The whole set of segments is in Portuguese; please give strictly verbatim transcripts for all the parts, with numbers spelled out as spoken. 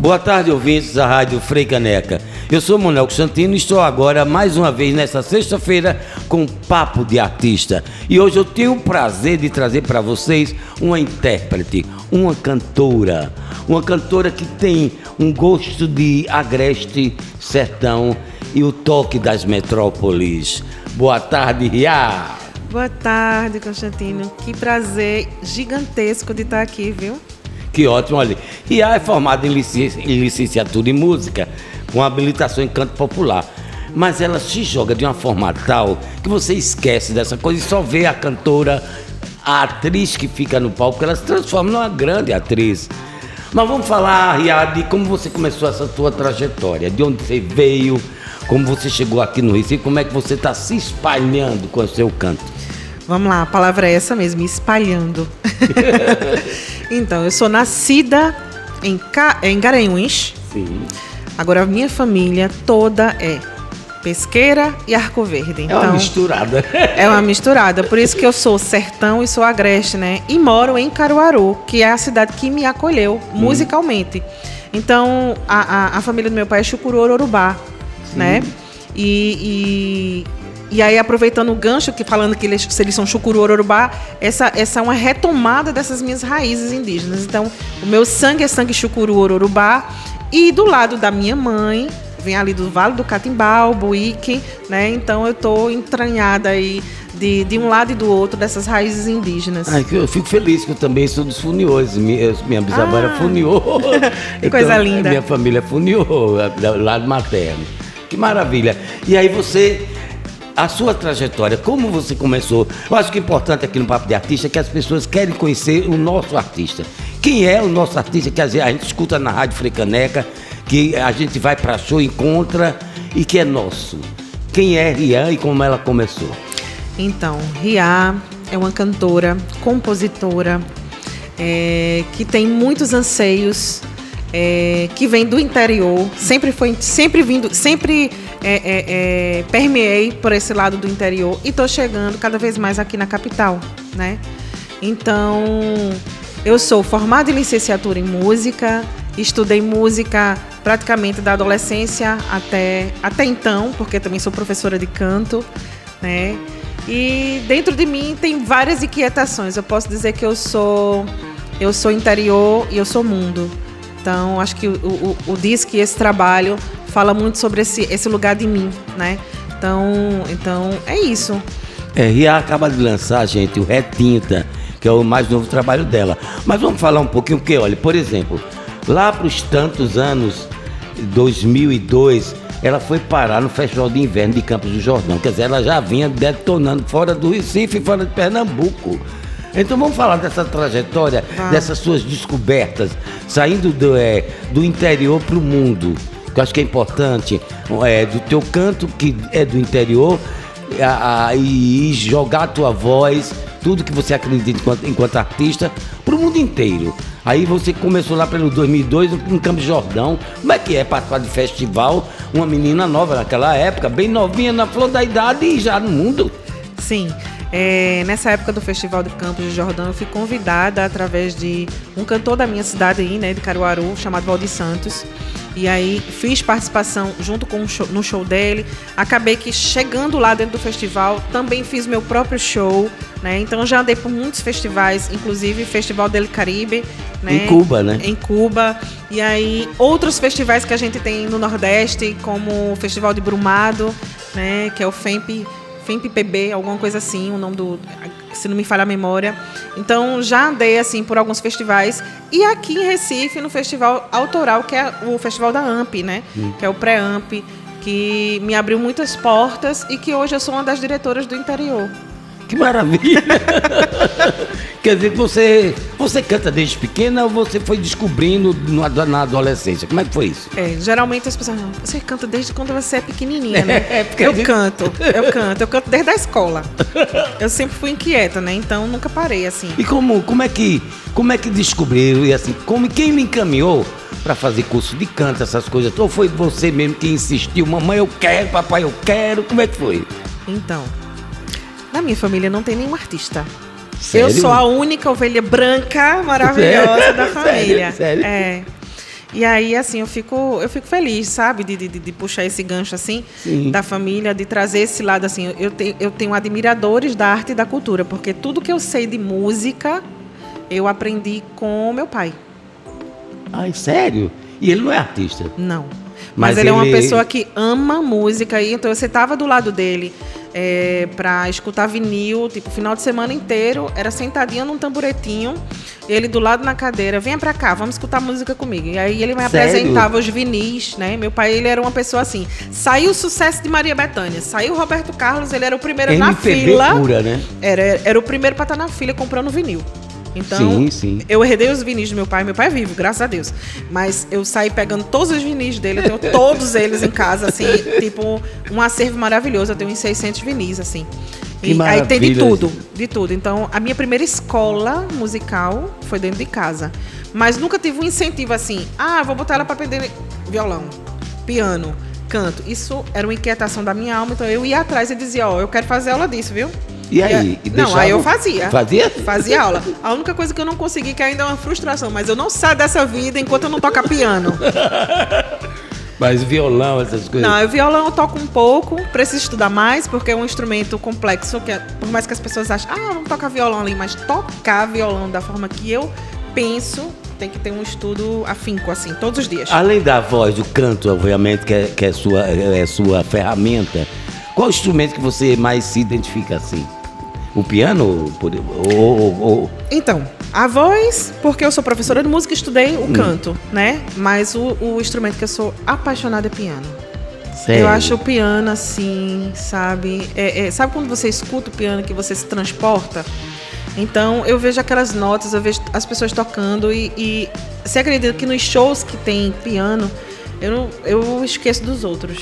Boa tarde, ouvintes da Rádio Frei Caneca. Eu sou Manuel Constantino e estou agora mais uma vez nesta sexta-feira com Papo de Artista. E hoje eu tenho o prazer de trazer para vocês uma intérprete, uma cantora, uma cantora que tem um gosto de agreste, sertão e o toque das metrópoles. Boa tarde, Ria. Boa tarde, Constantino. Que prazer gigantesco de estar aqui, viu? Que ótimo, olha. Ria é formada em, lic... em licenciatura em música, com habilitação em canto popular. Mas ela se joga de uma forma tal que você esquece dessa coisa e só vê a cantora, a atriz que fica no palco, ela se transforma numa grande atriz. Mas vamos falar, Ria, de como você começou essa sua trajetória, de onde você veio, como você chegou aqui no Recife, como é que você está se espalhando com o seu canto. Vamos lá, a palavra é essa mesmo, espalhando. Então, eu sou nascida em, Ca... em Garanhuns. Sim. Agora, a minha família toda é Pesqueira e Arco Verde. É então, uma misturada. É uma misturada, por isso que eu sou sertão e sou agreste, né? E moro em Caruaru, que é a cidade que me acolheu hum. musicalmente. Então, a, a, a família do meu pai é Chucuru-Ororubá, né? E... e... E aí, aproveitando o gancho, que falando que eles, se eles são Chucuru-Ororubá, essa, essa é uma retomada dessas minhas raízes indígenas. Então, o meu sangue é sangue Chucuru-Ororubá. E do lado da minha mãe, vem ali do Vale do Catimbau, Buíque, né? Então, eu estou entranhada aí de, de um lado e do outro dessas raízes indígenas. Ai, eu fico feliz que eu também sou dos Funiôs. Minha, minha bisavó ah, era Funiô. Que coisa então, linda. Minha família é Funiô, do lado materno. Que maravilha. E aí você... A sua trajetória, como você começou? Eu acho que o importante aqui no Papo de Artista é que as pessoas querem conhecer o nosso artista. Quem é o nosso artista que a gente escuta na Rádio Frei Caneca, que a gente vai para show, encontra e que é nosso? Quem é Ria e como ela começou? Então, Ria é uma cantora, compositora, é, que tem muitos anseios, é, que vem do interior, sempre foi, sempre vindo, sempre... É, é, é, permeei por esse lado do interior e estou chegando cada vez mais aqui na capital, né? Então, eu sou formada em licenciatura em música, estudei música praticamente da adolescência até, até então, porque também sou professora de canto, né? E dentro de mim tem várias inquietações. Eu posso dizer que eu sou, eu sou interior e eu sou mundo. Então, acho que o, o, o disco e esse trabalho fala muito sobre esse, esse lugar de mim, né? Então, então é isso. É, Ria acaba de lançar, gente, o Retinta, que é o mais novo trabalho dela. Mas vamos falar um pouquinho, porque, olha, por exemplo, lá para os tantos anos, dois mil e dois, ela foi parar no Festival de Inverno de Campos do Jordão. Quer dizer, ela já vinha detonando fora do Recife e fora de Pernambuco. Então vamos falar dessa trajetória, ah. dessas suas descobertas, saindo do, é, do interior para o mundo, que eu acho que é importante, é, do teu canto, que é do interior, a, a, e, e jogar a tua voz, tudo que você acredita enquanto, enquanto artista, para o mundo inteiro. Aí você começou lá pelo dois mil e dois, em Campos do Jordão. Como é que é participar de festival? Uma menina nova naquela época, bem novinha, na flor da idade e já no mundo. Sim. É, nessa época do Festival de Campos do Jordão, eu fui convidada através de um cantor da minha cidade aí, né, de Caruaru, chamado Valdir Santos. E aí fiz participação junto com um show, no show dele. Acabei que chegando lá dentro do festival, também fiz meu próprio show, né? Então já andei por muitos festivais, inclusive Festival del Caribe, né? Em Cuba, né? Em Cuba. E aí outros festivais que a gente tem no Nordeste, como o Festival de Brumado, né? Que é o FEMP. FEMP-P-B, alguma coisa assim, o nome do, se não me falha a memória. Então, já andei, assim, por alguns festivais. E aqui em Recife, no festival autoral, que é o festival da A M P, né? Hum. Que é o pré-A M P, que me abriu muitas portas e que hoje eu sou uma das diretoras do interior. Que maravilha! Quer dizer que você, você canta desde pequena ou você foi descobrindo no, na adolescência? Como é que foi isso? É, geralmente as pessoas falam, você canta desde quando você é pequenininha, né? É, porque eu gente... canto, eu canto, eu canto desde a escola. Eu sempre fui inquieta, né? Então nunca parei, assim. E como, como, é, que, como é que descobriram? E assim, como, quem me encaminhou para fazer curso de canto, essas coisas? Ou foi você mesmo que insistiu? Mamãe, eu quero, papai, eu quero. Como é que foi? Então... Na minha família não tem nenhum artista. Sério? Eu sou a única ovelha branca maravilhosa da família. Sério? Sério? É. E aí, assim, eu fico, eu fico feliz, sabe, de, de, de puxar esse gancho, assim, Sim. da família, de trazer esse lado, assim. Eu, te, eu tenho admiradores da arte e da cultura, porque tudo que eu sei de música, eu aprendi com meu pai. Ai, sério? E ele não é artista? Não. Mas, Mas ele, ele é uma pessoa que ama música, e então eu sentava do lado dele é, para escutar vinil, tipo, final de semana inteiro, era sentadinha num tamboretinho, ele do lado na cadeira, venha pra cá, vamos escutar música comigo. E aí ele me Sério? apresentava os vinis, né? Meu pai, ele era uma pessoa assim, saiu o sucesso de Maria Bethânia, saiu Roberto Carlos, ele era o primeiro M P B na fila. Pura, né? Era, era o primeiro pra estar na fila comprando vinil. Então, sim, sim. eu herdei os vinis do meu pai. Meu pai é vivo, graças a Deus. Mas eu saí pegando todos os vinis dele. Eu tenho todos eles em casa, assim, tipo, um acervo maravilhoso. Eu tenho uns seiscentos vinis, assim. Que E aí tem de tudo, isso. de tudo. Então, a minha primeira escola musical foi dentro de casa. Mas nunca tive um incentivo assim, ah, vou botar ela para aprender violão, piano, canto. Isso era uma inquietação da minha alma. Então, eu ia atrás e dizia, ó, oh, eu quero fazer aula disso, viu? E aí? E, não, aí eu fazia. Fazia? Fazia aula. A única coisa que eu não consegui, que ainda é uma frustração, mas eu não saio dessa vida enquanto eu não tocar piano. Mas violão, essas coisas? Não, o violão eu toco um pouco, preciso estudar mais, porque é um instrumento complexo, que é, por mais que as pessoas achem, ah, não toca violão ali, mas tocar violão da forma que eu penso, tem que ter um estudo afinco, assim, todos os dias. Além da voz, do canto, obviamente, que é, que é, sua, é sua ferramenta, qual instrumento que você mais se identifica assim? O piano? Ou, ou, ou... Então, a voz, porque eu sou professora de música e estudei o hum. canto, né? Mas o, o instrumento que eu sou apaixonada é piano. Sério? Eu acho o piano assim, sabe? É, é, sabe quando você escuta o piano que você se transporta? Então, eu vejo aquelas notas, eu vejo as pessoas tocando e, e você acredita que nos shows que tem piano, Eu, não, eu esqueço dos outros.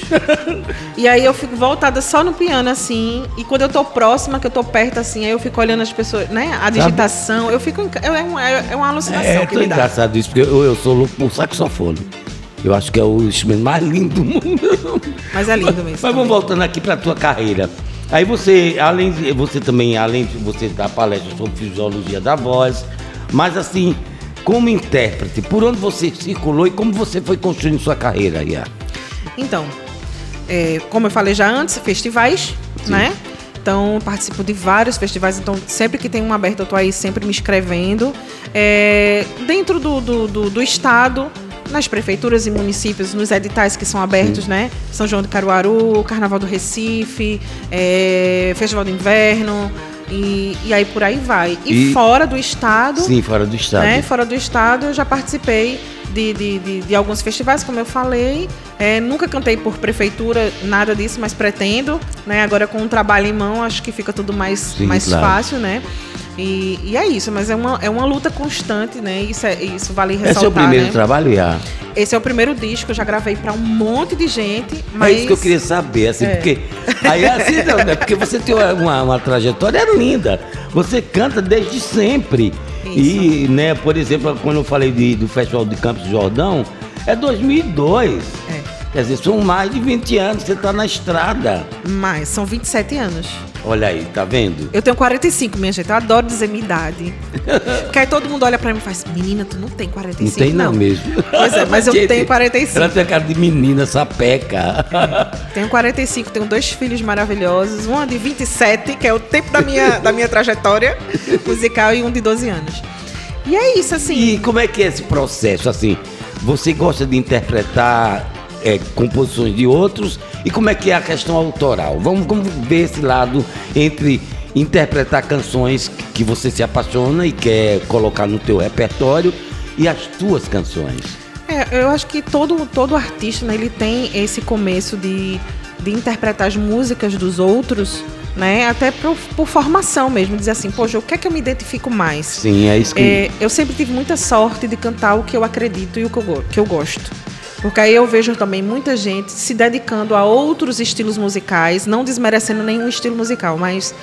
E aí eu fico voltada só no piano, assim. E quando eu tô próxima, que eu tô perto, assim, aí eu fico olhando as pessoas, né? A digitação, eu fico... É uma, é uma alucinação é, que me dá. É engraçado isso, porque eu, eu sou louco por saxofone. Eu acho que é o instrumento mais lindo do mundo. Mas é lindo mesmo. Mas também. Vamos voltando aqui pra tua carreira. Aí você, além de, você também, além de você dar palestra sobre fisiologia da voz, mas assim... Como intérprete, por onde você circulou e como você foi construindo sua carreira, Iá? Então, é, como eu falei já antes, festivais, Sim. né? Então, participo de vários festivais, então sempre que tem um aberto eu estou aí sempre me inscrevendo. É, dentro do, do, do, do estado, nas prefeituras e municípios, nos editais que são abertos, Sim. né? São João de Caruaru, Carnaval do Recife, é, Festival do Inverno... E, e aí por aí vai. E, e fora do estado... Sim, fora do estado. Né, fora do estado eu já participei de, de, de, de alguns festivais, como eu falei. É, nunca cantei por prefeitura, nada disso, mas pretendo. Né, agora com o trabalho em mão, acho que fica tudo mais, Sim, mais claro. fácil, né? E, e é isso, mas é uma, é uma luta constante, né? Isso, é, isso vale ressaltar. Esse é o primeiro né? trabalho, Iá? Esse é o primeiro disco, eu já gravei para um monte de gente, mas... É isso que eu queria saber, assim, é. porque... Aí, assim, não, né? Porque você tem uma, uma trajetória linda, você canta desde sempre. Isso. E, né, por exemplo, quando eu falei de, do Festival de Campos do Jordão, é dois mil e dois. É. Quer dizer, são mais de vinte anos, você está na estrada. Mais, são vinte e sete anos. Olha aí, tá vendo? Eu tenho quarenta e cinco, minha gente. Eu adoro dizer minha idade. Porque aí todo mundo olha pra mim e faz, menina, tu não tem quarenta e cinco, não? Tem não, não mesmo. Pois é, mas eu gente, tenho quarenta e cinco. Ela tem a cara de menina, sapeca. Tenho quarenta e cinco, tenho dois filhos maravilhosos. Um de vinte e sete, que é o tempo da minha, da minha trajetória musical, e um de doze anos. E é isso, assim. E como é que é esse processo, assim? Você gosta de interpretar... É, composições de outros, e como é que é a questão autoral? Vamos, vamos ver esse lado entre interpretar canções que você se apaixona e quer colocar no teu repertório e as tuas canções. É, eu acho que todo, todo artista, né, ele tem esse começo de, de interpretar as músicas dos outros, né, até por, por formação mesmo, dizer assim, poxa, o que é que eu me identifico mais? Sim, é isso que... É, eu sempre tive muita sorte de cantar o que eu acredito e o que eu, que eu gosto. Porque aí eu vejo também muita gente se dedicando a outros estilos musicais, não desmerecendo nenhum estilo musical, mas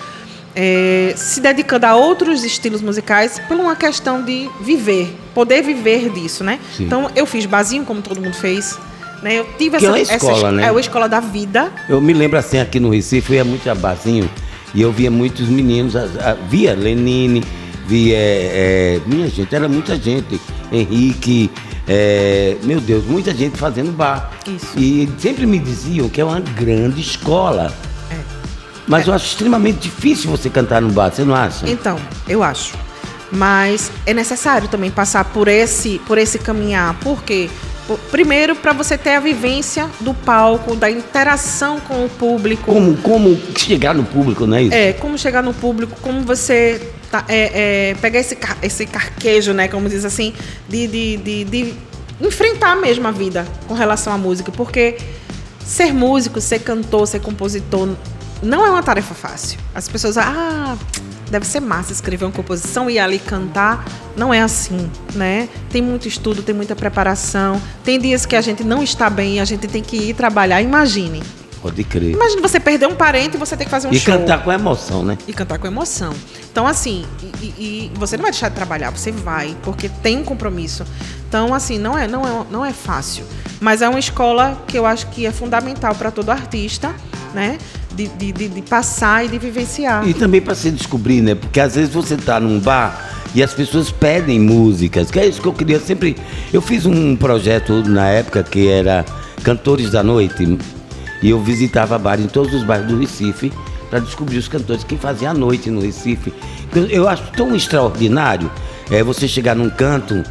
é, se dedicando a outros estilos musicais por uma questão de viver, poder viver disso, né? Sim. Então, eu fiz barzinho, como todo mundo fez, né? Eu tive que essa... é uma escola, essa, né? É a escola da vida. Eu me lembro assim, aqui no Recife, eu ia muito a barzinho e eu via muitos meninos, a, a, via Lenine, via... É, minha gente, era muita gente. Henrique... É, meu Deus, muita gente fazendo bar. Isso. E sempre me diziam que é uma grande escola. É. Mas É. eu acho extremamente difícil você cantar no bar, você não acha? Então, eu acho. Mas é necessário também passar por esse, por esse caminhar. Por quê? Por- Primeiro, para você ter a vivência do palco, da interação com o público. Como, como chegar no público, não é isso? É, como chegar no público, como você tá, é, é, pegar esse, car- esse carquejo, né, como diz assim, de, de, de, de enfrentar mesmo a vida com relação à música. Porque ser músico, ser cantor, ser compositor, não é uma tarefa fácil. As pessoas, ah, deve ser massa escrever uma composição e ir ali cantar. Não é assim, né? Tem muito estudo, tem muita preparação. Tem dias que a gente não está bem e a gente tem que ir trabalhar. Imagine. Pode crer. Imagine você perder um parente e você ter que fazer um E show. cantar com emoção, né? E cantar com emoção. Então, assim, e, e- e você não vai deixar de trabalhar, você vai, porque tem um compromisso. Então, assim, não é, não é, não é fácil. Mas é uma escola que eu acho que é fundamental para todo artista, né? De, de, de, de passar e de vivenciar. E também para se descobrir, né? Porque às vezes você tá num bar e as pessoas pedem músicas, que é isso que eu queria sempre. Eu fiz um projeto na época que era Cantores da Noite, e eu visitava bares em todos os bairros do Recife para descobrir os cantores que faziam a noite no Recife. Eu, eu acho tão extraordinário é, você chegar num canto,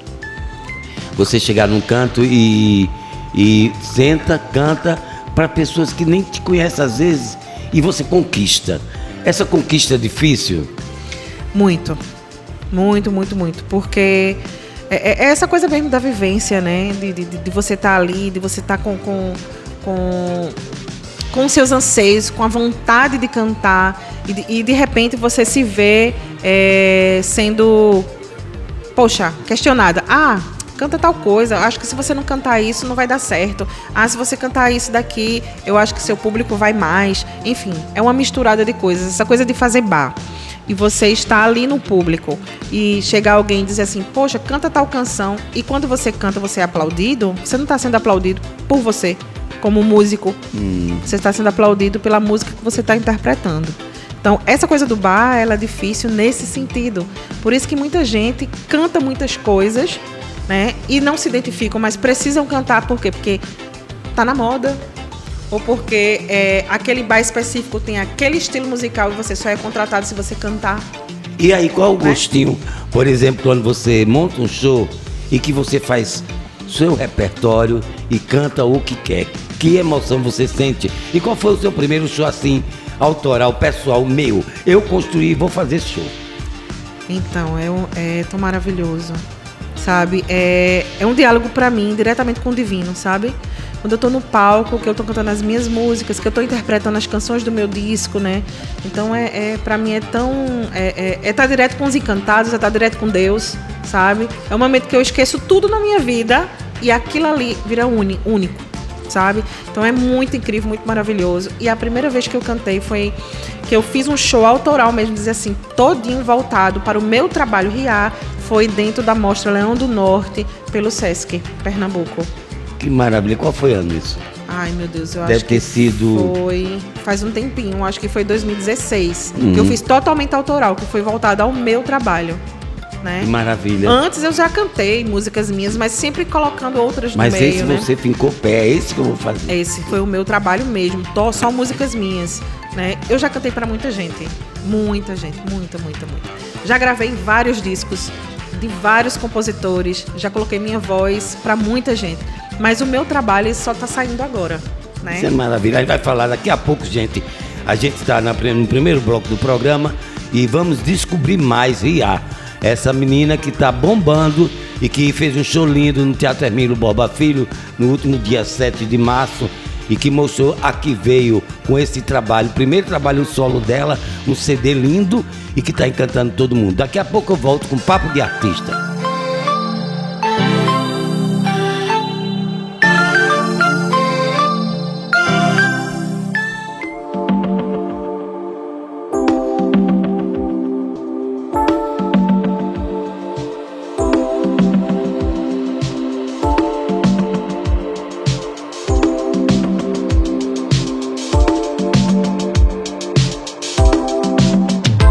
você chegar num canto e, e senta, canta para pessoas que nem te conhecem às vezes e você conquista. Essa conquista é difícil? Muito. Muito, muito, muito. Porque é, é essa coisa mesmo da vivência, né? De, de, de você estar ali, de você estar com, com, com, com seus anseios, com a vontade de cantar. E de, e de repente você se vê é, sendo, poxa, questionada. Ah, canta tal coisa. Acho que se você não cantar isso, não vai dar certo. Ah, se você cantar isso daqui, eu acho que seu público vai mais. Enfim, é uma misturada de coisas. Essa coisa de fazer bar. E você está ali no público e chegar alguém e dizer assim, poxa, canta tal canção. E quando você canta, você é aplaudido. Você não está sendo aplaudido por você, como músico. Hum. Você está sendo aplaudido pela música que você está interpretando. Então, essa coisa do bar, ela é difícil nesse sentido. Por isso que muita gente canta muitas coisas, né? E não se identificam, mas precisam cantar. Por quê? Porque tá na moda. Ou porque é, aquele bar específico tem aquele estilo musical e você só é contratado se você cantar. E aí, qual o Né? gostinho, por exemplo, quando você monta um show e que você faz seu repertório e canta o que quer? Que emoção você sente? E qual foi o seu primeiro show assim, autoral, pessoal, meu? Eu construí e vou fazer show. Então, é, um, é tão maravilhoso, sabe? É, é um diálogo pra mim, diretamente com o divino, sabe? Quando eu tô no palco, que eu tô cantando as minhas músicas, que eu tô interpretando as canções do meu disco, né? Então, é, é, pra mim é tão... É, é, é tá direto com os encantados, é tá direto com Deus, sabe? É um momento que eu esqueço tudo na minha vida e aquilo ali vira uni, único, sabe? Então, é muito incrível, muito maravilhoso. E a primeira vez que eu cantei foi que eu fiz um show autoral mesmo, dizer assim, todinho voltado para o meu trabalho R I A, foi dentro da Mostra Leão do Norte, pelo Sesc, Pernambuco. Que maravilha. Qual foi o ano isso? Ai, meu Deus, eu Deve acho ter que sido- foi faz um tempinho, acho que foi dois mil e dezesseis, Uhum. que eu fiz totalmente autoral, que foi voltado ao meu trabalho, né? Que maravilha. Antes eu já cantei músicas minhas, mas sempre colocando outras no Mas meio, esse né? você fincou pé, é esse que eu vou fazer. Esse foi o meu trabalho mesmo, to- só músicas minhas, né? Eu já cantei pra muita gente, muita gente, muita, muita, muita. Já gravei vários discos de vários compositores, já coloquei minha voz pra muita gente, mas o meu trabalho só tá saindo agora, né? Isso é maravilha. A gente vai falar daqui a pouco, gente. A gente está no primeiro bloco do programa e vamos descobrir mais R I A. Essa menina que está bombando e que fez um show lindo no Teatro Hermílio Borba Filho no último dia sete de março e que mostrou a que veio com esse trabalho, primeiro trabalho solo dela, um C D lindo e que está encantando todo mundo. Daqui a pouco eu volto com Papo de Artista.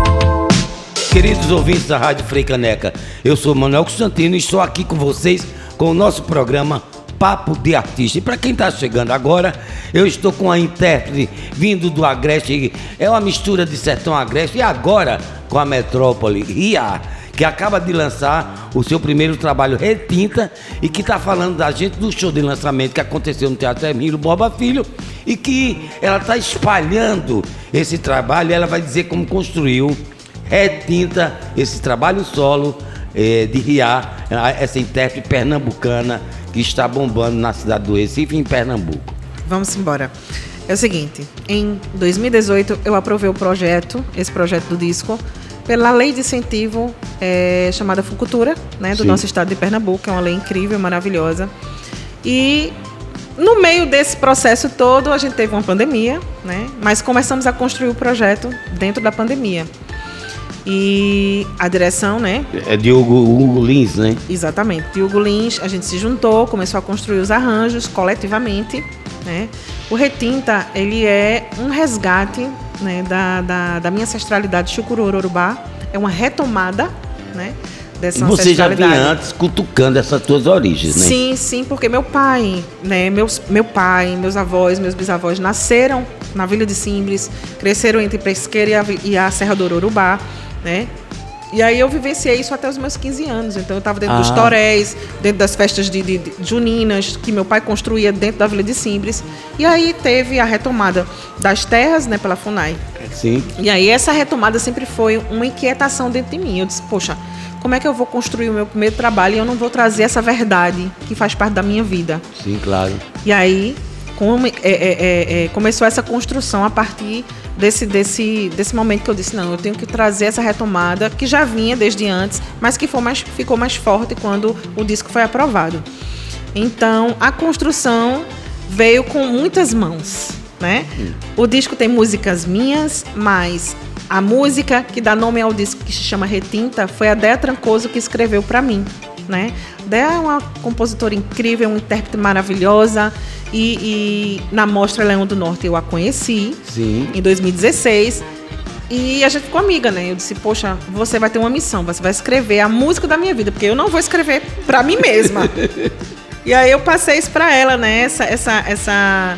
Queridos ouvintes da Rádio Frei Caneca, eu sou Manuel Constantino e estou aqui com vocês com o nosso programa Papo de Artista. E para quem está chegando agora, eu estou com a intérprete vindo do Agreste, é uma mistura de Sertão Agreste, e agora com a metrópole Ria, que acaba de lançar o seu primeiro trabalho, Retinta, e que está falando da gente do show de lançamento que aconteceu no Teatro Emílio Borba Filho, e que ela está espalhando esse trabalho, e ela vai dizer como construiu Retinta, esse trabalho solo eh, de Ria, essa intérprete pernambucana que está bombando na cidade do Recife, em Pernambuco. Vamos embora. É o seguinte, em dois mil e dezoito eu aprovei o projeto, esse projeto do disco, pela lei de incentivo é, chamada Fucultura, né, do Sim. nosso estado de Pernambuco, que é uma lei incrível, maravilhosa. E no meio desse processo todo, a gente teve uma pandemia, né, mas começamos a construir o projeto dentro da pandemia. E a direção, né? É de Hugo, Hugo Lins, né? Exatamente, de Hugo Lins, a gente se juntou, começou a construir os arranjos coletivamente, né? O Retinta, ele é um resgate, né, da, da, da minha ancestralidade chucuru-urubá, é uma retomada, né, dessa Você ancestralidade. Já vinha antes cutucando essas tuas origens, né? Sim, sim, porque meu pai, né, meus, meu pai, meus avós, meus bisavós nasceram na Vila de Simbres, cresceram entre Pesqueira e a, e a Serra do Urubá, né? E aí eu vivenciei isso até os meus quinze anos. Então eu estava dentro ah. dos toréis, dentro das festas de, de, de juninas, que meu pai construía dentro da Vila de Simbres. E aí teve a retomada das terras, né, pela FUNAI. Sim. E aí essa retomada sempre foi uma inquietação dentro de mim. Eu disse, poxa, como é que eu vou construir o meu primeiro trabalho e eu não vou trazer essa verdade que faz parte da minha vida? Sim, claro. E aí como, é, é, é, começou essa construção a partir desse, desse, desse momento que eu disse, não, eu tenho que trazer essa retomada que já vinha desde antes, mas que foi mais, ficou mais forte quando o disco foi aprovado. Então, a construção veio com muitas mãos, né? Hum. O disco tem músicas minhas, mas a música que dá nome ao disco, que se chama Retinta, foi a Dea Trancoso que escreveu para mim, né? Dea é uma compositora incrível, uma intérprete maravilhosa. E, e na Mostra Leão do Norte eu a conheci. Sim. Em dois mil e dezesseis. E a gente ficou amiga, né? Eu disse, poxa, você vai ter uma missão, você vai escrever a música da minha vida, porque eu não vou escrever pra mim mesma. E aí eu passei isso pra ela, né? Essa, essa, essa,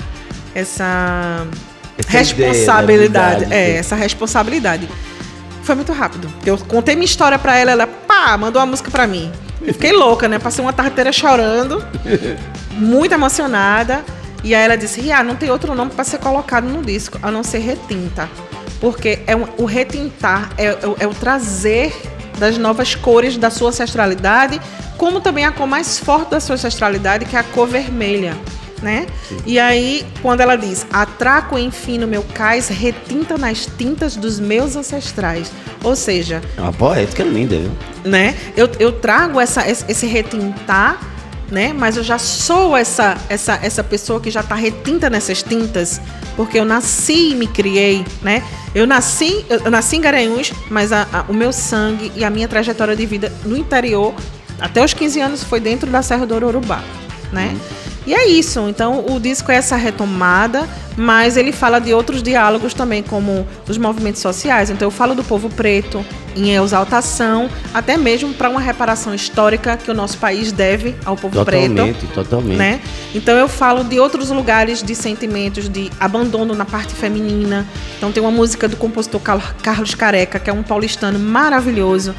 essa, essa responsabilidade. Ideia, é, essa responsabilidade. Foi muito rápido. Eu contei minha história pra ela, ela, pá, mandou a música pra mim. Eu fiquei louca, né? Passei uma tarde inteira chorando, muito emocionada. E aí ela disse, Ria, não tem outro nome para ser colocado no disco, a não ser Retinta. Porque é um, o retintar é, é, é o trazer das novas cores da sua ancestralidade, como também a cor mais forte da sua ancestralidade, que é a cor vermelha, né? Sim. E aí, quando ela diz, atraco enfim no meu cais, retinta nas tintas dos meus ancestrais. Ou seja... É uma poética linda, viu? Né? Eu, eu trago essa, esse retintar, né? Mas eu já sou essa, essa, essa pessoa que já está retinta nessas tintas, porque eu nasci e me criei, né? Eu nasci, eu nasci em Garanhuns, mas a, a, o meu sangue e a minha trajetória de vida no interior, até os quinze anos, foi dentro da Serra do Urubá, né? Hum. E é isso, então o disco é essa retomada, mas ele fala de outros diálogos também, como os movimentos sociais. Então eu falo do povo preto em exaltação, até mesmo para uma reparação histórica que o nosso país deve ao povo totalmente, preto. Totalmente, totalmente. Né? Então eu falo de outros lugares de sentimentos, de abandono na parte feminina. Então tem uma música do compositor Carlos Careca, que é um paulistano maravilhoso,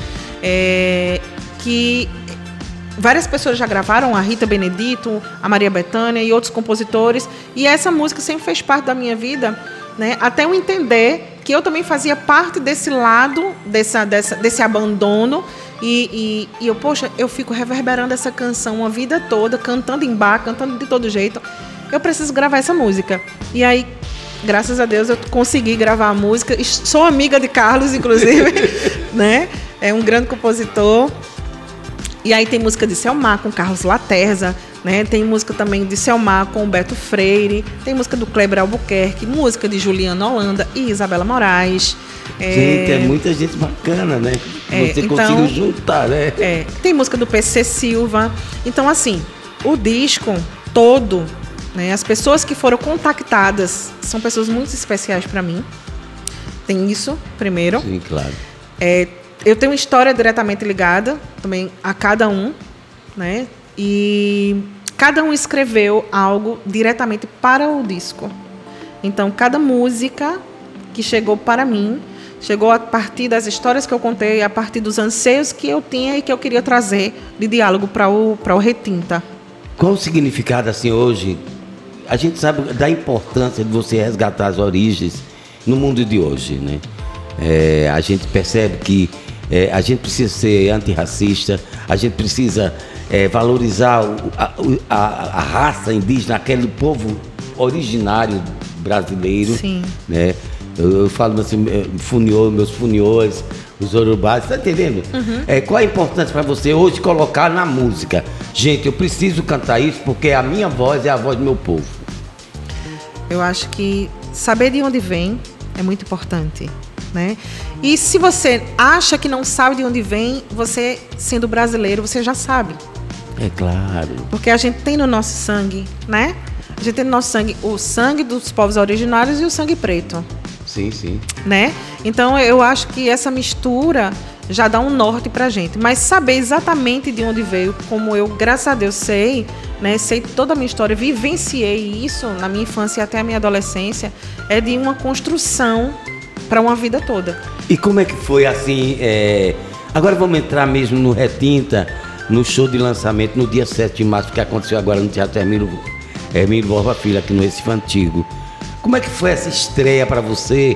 é, que... várias pessoas já gravaram, a Rita Benedito, a Maria Bethânia e outros compositores. E essa música sempre fez parte da minha vida, né? Até eu entender que eu também fazia parte desse lado, dessa, dessa, desse abandono. E, e, e eu, poxa, eu fico reverberando essa canção a vida toda, cantando em bar, cantando de todo jeito. Eu preciso gravar essa música. E aí, graças a Deus, eu consegui gravar a música. Sou amiga de Carlos, inclusive, né? É um grande compositor. E aí tem música de Selmar com Carlos Laterza, né? Tem música também de Selmar com Beto Freire, tem música do Kleber Albuquerque, música de Juliana Holanda e Isabela Moraes. Gente, é, é muita gente bacana, né? É, Você então, conseguiu juntar, né? É, tem música do P C Silva. Então, assim, o disco todo, né? As pessoas que foram contactadas são pessoas muito especiais para mim. Tem isso, primeiro. Sim, claro. É, eu tenho uma história diretamente ligada também a cada um, né? e cada um escreveu algo diretamente para o disco. Então, cada música que chegou para mim, chegou a partir das histórias que eu contei, a partir dos anseios que eu tinha e que eu queria trazer de diálogo para o, para o Retinta. Qual o significado, assim, hoje? A gente sabe da importância de você resgatar as origens no mundo de hoje, né? É, a gente percebe que é, a gente precisa ser antirracista, a gente precisa é, valorizar o, a, a, a raça indígena, aquele povo originário brasileiro. Sim. Né? Eu, eu falo assim, funiô, meus funiôs, os urubás, tá entendendo? Uhum. É, qual a importância para você hoje colocar na música? Gente, eu preciso cantar isso porque a minha voz é a voz do meu povo. Eu acho que saber de onde vem é muito importante, né? E se você acha que não sabe de onde vem, você, sendo brasileiro, você já sabe. É claro. Porque a gente tem no nosso sangue, né? A gente tem no nosso sangue o sangue dos povos originários e o sangue preto. Sim, sim. Né? Então, eu acho que essa mistura já dá um norte pra gente. Mas saber exatamente de onde veio, como eu, graças a Deus, sei, né? Sei toda a minha história, vivenciei isso na minha infância e até a minha adolescência, é de uma construção para uma vida toda. E como é que foi assim? É... Agora vamos entrar mesmo no Retinta, no show de lançamento, no dia sete de março, que aconteceu agora no Teatro Hermínio, Hermínio Borba Filho, aqui no Recife Antigo. Como é que foi essa estreia para você?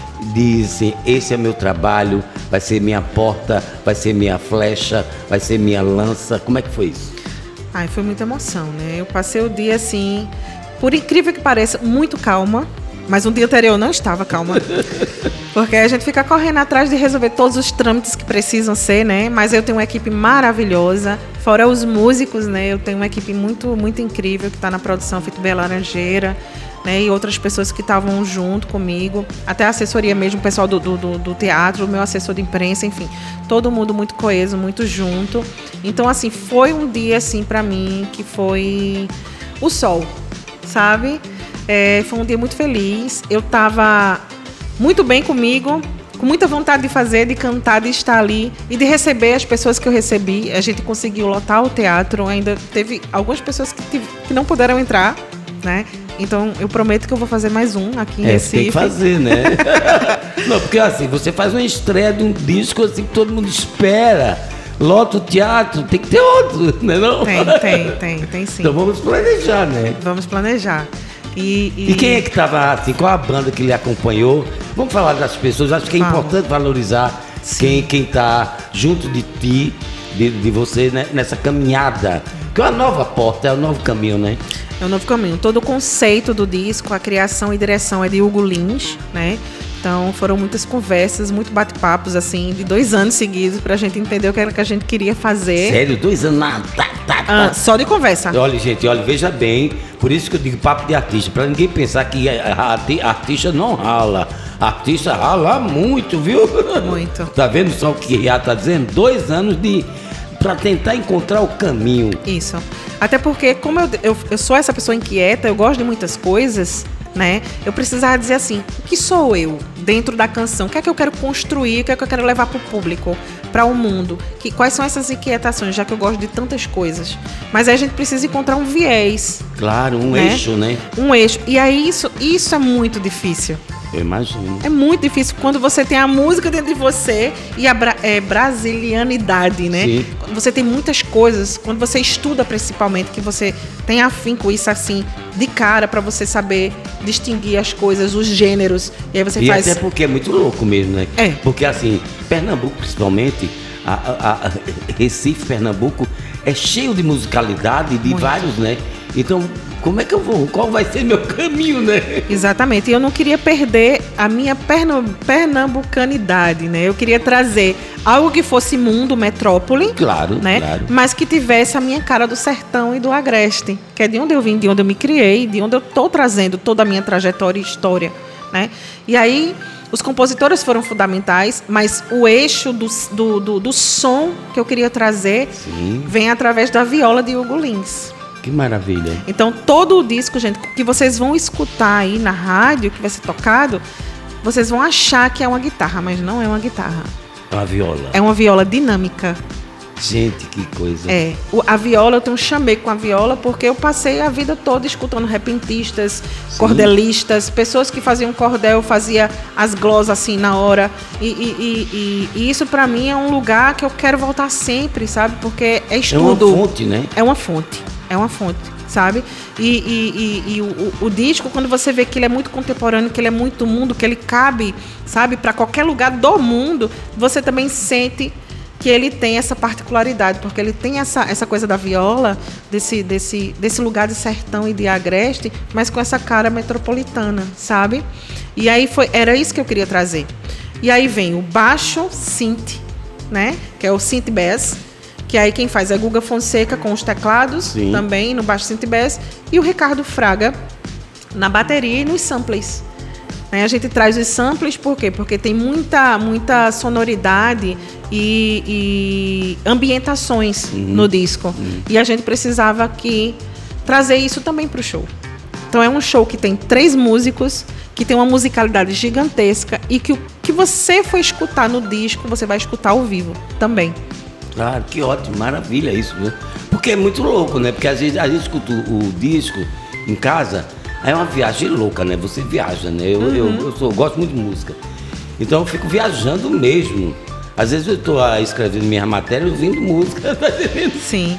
Dizem, esse é meu trabalho, vai ser minha porta, vai ser minha flecha, vai ser minha lança. Como é que foi isso? Ai, foi muita emoção, né? Eu passei o dia assim, por incrível que pareça, muito calma, mas no dia anterior eu não estava calma. Porque a gente fica correndo atrás de resolver todos os trâmites que precisam ser, né? Mas eu tenho uma equipe maravilhosa, fora os músicos, né? Eu tenho uma equipe muito, muito incrível que está na produção, feito Bia Laranjeira, né, e outras pessoas que estavam junto comigo, até a assessoria mesmo, o pessoal do, do, do teatro, o meu assessor de imprensa, enfim, todo mundo muito coeso, muito junto. Então, assim, foi um dia, assim, para mim, que foi o sol, sabe? É, foi um dia muito feliz. Eu estava muito bem comigo, com muita vontade de fazer, de cantar, de estar ali e de receber as pessoas que eu recebi. A gente conseguiu lotar o teatro, ainda teve algumas pessoas que, tive, que não puderam entrar, né? Então, eu prometo que eu vou fazer mais um aqui em é, Recife. Tem que fazer, né? Não, porque assim, você faz uma estreia de um disco assim que todo mundo espera. Lota o teatro, tem que ter outro, né não? Tem, tem, tem, tem sim. Então vamos planejar, né? Vamos planejar. E, e... e quem é que estava assim, qual a banda que lhe acompanhou? Vamos falar das pessoas, acho que é Fala. importante valorizar quem quem está junto de ti, de, de você, né, nessa caminhada. Que é uma nova porta, é um novo caminho, né? É um novo caminho. Todo o conceito do disco, a criação e direção é de Hugo Lins, né? Então foram muitas conversas, muito bate-papos, assim, de dois anos seguidos pra gente entender o que era que a gente queria fazer. Sério? Dois anos nada? Tá, tá, ah, tá. Só de conversa. Olha, gente, olha, veja bem, por isso que eu digo papo de artista, pra ninguém pensar que a, a, a artista não rala. A artista rala muito, viu? Muito. Tá vendo só o que Riá tá dizendo? Dois anos de... para tentar encontrar o caminho. Isso. Até porque, como eu, eu, eu sou essa pessoa inquieta, eu gosto de muitas coisas, né? Eu precisava dizer assim, o que sou eu dentro da canção? O que é que eu quero construir? O que é que eu quero levar para o público, para o mundo? Que, quais são essas inquietações, já que eu gosto de tantas coisas? Mas aí a gente precisa encontrar um viés. Claro, um né? eixo, né? Um eixo. E aí isso, isso é muito difícil. Eu imagino. É muito difícil quando você tem a música dentro de você e a bra- é, brasilianidade, né? Sim. Você tem muitas coisas, quando você estuda principalmente, que você tem afim com isso assim, de cara, pra você saber distinguir as coisas, os gêneros. E aí você e faz... até porque é muito louco mesmo, né? É. Porque assim, Pernambuco principalmente, a, a, a Recife, Pernambuco, é cheio de musicalidade, de Muito. vários, né? Então, como é que eu vou? Qual vai ser meu caminho, né? Exatamente. E eu não queria perder a minha perno, pernambucanidade, né? Eu queria trazer algo que fosse mundo, metrópole. Claro, né? claro. Mas que tivesse a minha cara do sertão e do agreste, que é de onde eu vim, de onde eu me criei, de onde eu estou trazendo toda a minha trajetória e história, né? E aí, os compositores foram fundamentais, mas o eixo do, do, do, do som que eu queria trazer Sim. vem através da viola de Hugo Lins. Que maravilha. Então, todo o disco, gente, que vocês vão escutar aí na rádio, que vai ser tocado, vocês vão achar que é uma guitarra, mas não é uma guitarra. É uma viola. É uma viola dinâmica. Gente, que coisa. É, o, a viola, eu tenho um chamego com a viola porque eu passei a vida toda escutando repentistas, Sim. cordelistas, pessoas que faziam cordel, fazia as glosas assim na hora. E, e, e, e isso pra mim é um lugar que eu quero voltar sempre, sabe? Porque é estudo. É uma fonte, né? É uma fonte, é uma fonte, sabe? E, e, e, e o, o, o disco, quando você vê que ele é muito contemporâneo, que ele é muito mundo, que ele cabe, sabe, pra qualquer lugar do mundo, você também sente que ele tem essa particularidade, porque ele tem essa, essa coisa da viola, desse, desse, desse lugar de sertão e de agreste, mas com essa cara metropolitana, sabe? E aí foi, era isso que eu queria trazer. E aí vem o baixo synth, né? Que é o synth bass, que aí quem faz é Guga Fonseca com os teclados, Sim. também no baixo synth bass, e o Ricardo Fraga na bateria e nos samples. A gente traz os samples por quê? Porque tem muita, muita sonoridade e, e ambientações uhum. no disco. Uhum. E a gente precisava aqui trazer isso também para o show. Então é um show que tem três músicos, que tem uma musicalidade gigantesca e que o que você for escutar no disco, você vai escutar ao vivo também. Ah, que ótimo, maravilha isso, viu? Porque é muito louco, né? Porque às vezes a gente escuta o, o disco em casa... É uma viagem louca, né? Você viaja, né? Eu, uhum. eu, eu, sou, eu gosto muito de música. Então eu fico viajando mesmo. Às vezes eu estou escrevendo minha matéria ouvindo música, tá entendendo? Sim.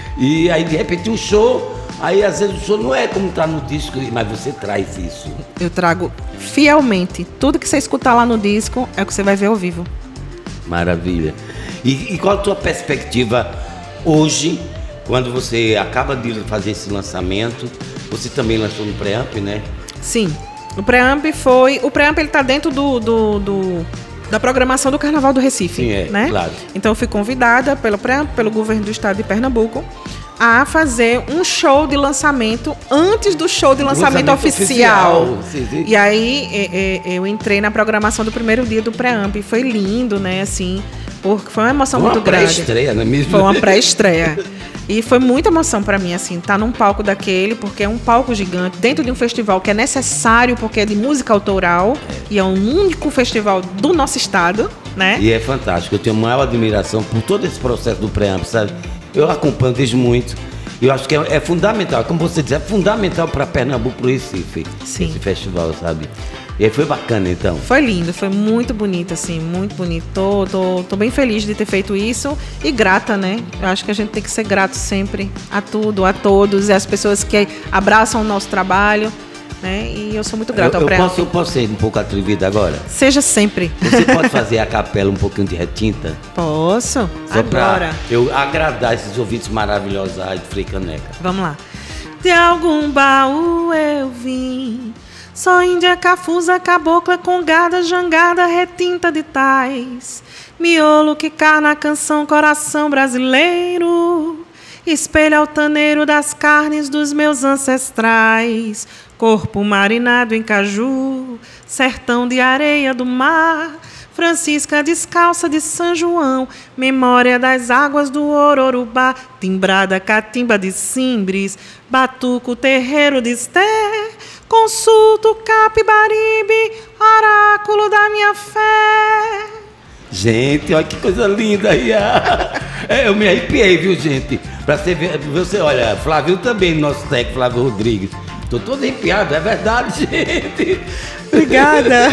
E aí de repente um show, aí às vezes o show não é como tá no disco, mas você traz isso. Eu trago fielmente. Tudo que você escutar lá no disco é o que você vai ver ao vivo. Maravilha. E, e qual a tua perspectiva hoje, quando você acaba de fazer esse lançamento? Você também lançou no Preamp, né? Sim. O Preamp foi... O Preamp, ele tá dentro do, do, do, da programação do Carnaval do Recife. Sim, é, né? Claro. Então, eu fui convidada pelo Preamp, pelo governo do estado de Pernambuco, a fazer um show de lançamento antes do show de lançamento, lançamento oficial. oficial. Sim, sim. E aí, é, é, eu entrei na programação do primeiro dia do Preamp. E foi lindo, né? Assim, porque foi uma emoção foi muito uma grande. Foi uma pré-estreia, não é mesmo? Foi uma pré-estreia. E foi muita emoção para mim, assim, estar tá num palco daquele, porque é um palco gigante, dentro de um festival que é necessário, porque é de música autoral, é. e é o único festival do nosso estado, né? E é fantástico, eu tenho maior admiração por todo esse processo do Preamp, sabe? Eu acompanho desde muito, e eu acho que é, é fundamental, como você diz, é fundamental para Pernambuco, para o Recife, Sim. esse festival, sabe? E aí foi bacana, então? Foi lindo, foi muito bonito, assim, muito bonito. Tô, tô, tô bem feliz de ter feito isso e grata, né? Eu acho que a gente tem que ser grato sempre a tudo, a todos, e as pessoas que abraçam o nosso trabalho, né? E eu sou muito grata eu, ao Preamp. Eu posso, eu posso ser um pouco atrevida agora? Seja sempre. Você pode fazer a capela um pouquinho de retinta? Posso, Só agora. Pra eu agradar esses ouvintes maravilhosos aí de Frei Caneca. Vamos lá. De algum baú eu vim, só índia, cafusa, cabocla, congada, jangada, retinta de tais, miolo que cá na canção, coração brasileiro, espelho altaneiro das carnes dos meus ancestrais, corpo marinado em caju, sertão de areia do mar, Francisca descalça de São João, memória das águas do Ororubá, timbrada catimba de Simbres, batuco terreiro de Esté, consulto Capibaribe, oráculo da minha fé. Gente, olha que coisa linda aí. É, eu me arrepiei, viu, gente? Pra você ver, você, olha, Flávio também, nosso técnico, Flávio Rodrigues. Tô todo arrepiado, é verdade, gente. Obrigada.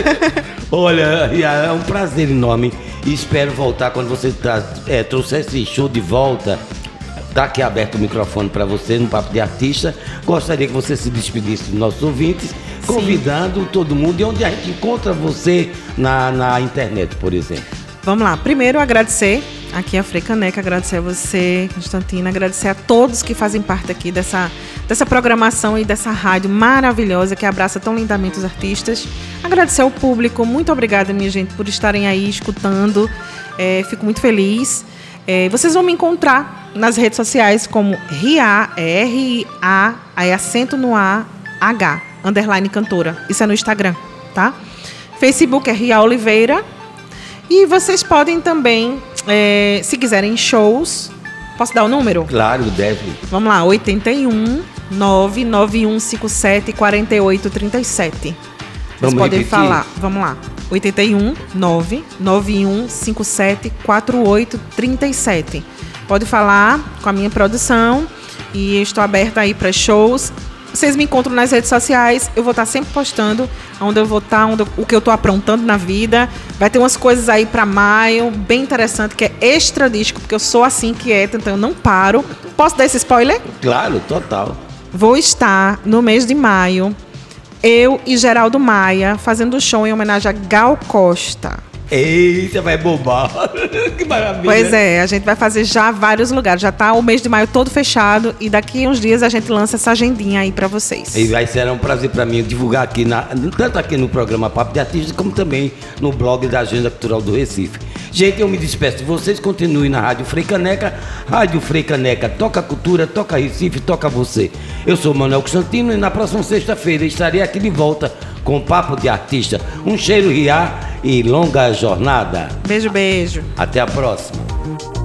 Olha, é um prazer enorme e espero voltar quando você tra- é, trouxer esse show de volta. Tá aqui aberto o microfone para você no Papo de Artista. Gostaria que você se despedisse dos nossos ouvintes, convidando Sim. todo mundo. E onde a gente encontra você na, na internet, por exemplo? Vamos lá. Primeiro, agradecer aqui a Frei Caneca, agradecer a você, Constantina, agradecer a todos que fazem parte aqui dessa, dessa programação e dessa rádio maravilhosa que abraça tão lindamente os artistas. Agradecer ao público. Muito obrigada, minha gente, por estarem aí escutando. É, fico muito feliz. É, vocês vão me encontrar nas redes sociais como Ria, R I A, aí acento no A, H, underline cantora. Isso é no Instagram, tá? Facebook é Ria Oliveira. E vocês podem também, é, se quiserem shows, posso dar o número? Claro, deve. Vamos lá, oito um, nove nove um cinco sete, quatro oito três sete. Vocês Vamos podem repetir? falar, vamos lá. oito um, nove nove um cinco sete, quatro oito três sete. pode falar com a minha produção e eu estou aberta aí para shows. Vocês me encontram nas redes sociais, eu vou estar sempre postando onde eu vou estar, onde eu, o que eu estou aprontando na vida. Vai ter umas coisas aí para maio, bem interessante, que é extra disco, porque eu sou assim quieta, então eu não paro. Posso dar esse spoiler? Claro, total. Vou estar no mês de maio, eu e Geraldo Maia, fazendo um show em homenagem a Gal Costa. Eita, vai bombar. Que maravilha. Pois é, a gente vai fazer já vários lugares. Já tá o mês de maio todo fechado e daqui a uns dias a gente lança essa agendinha aí pra vocês. E vai ser um prazer pra mim divulgar aqui, na, tanto aqui no programa Papo de Artista, como também no blog da Agenda Cultural do Recife. Gente, eu me despeço de vocês. Continuem na Rádio Frei Caneca. Rádio Frei Caneca, toca cultura, toca Recife, toca você. Eu sou Manuel Constantino e na próxima sexta-feira estarei aqui de volta com Papo de Artista. Um cheiro riá e longa jornada. Beijo, beijo. Até a próxima.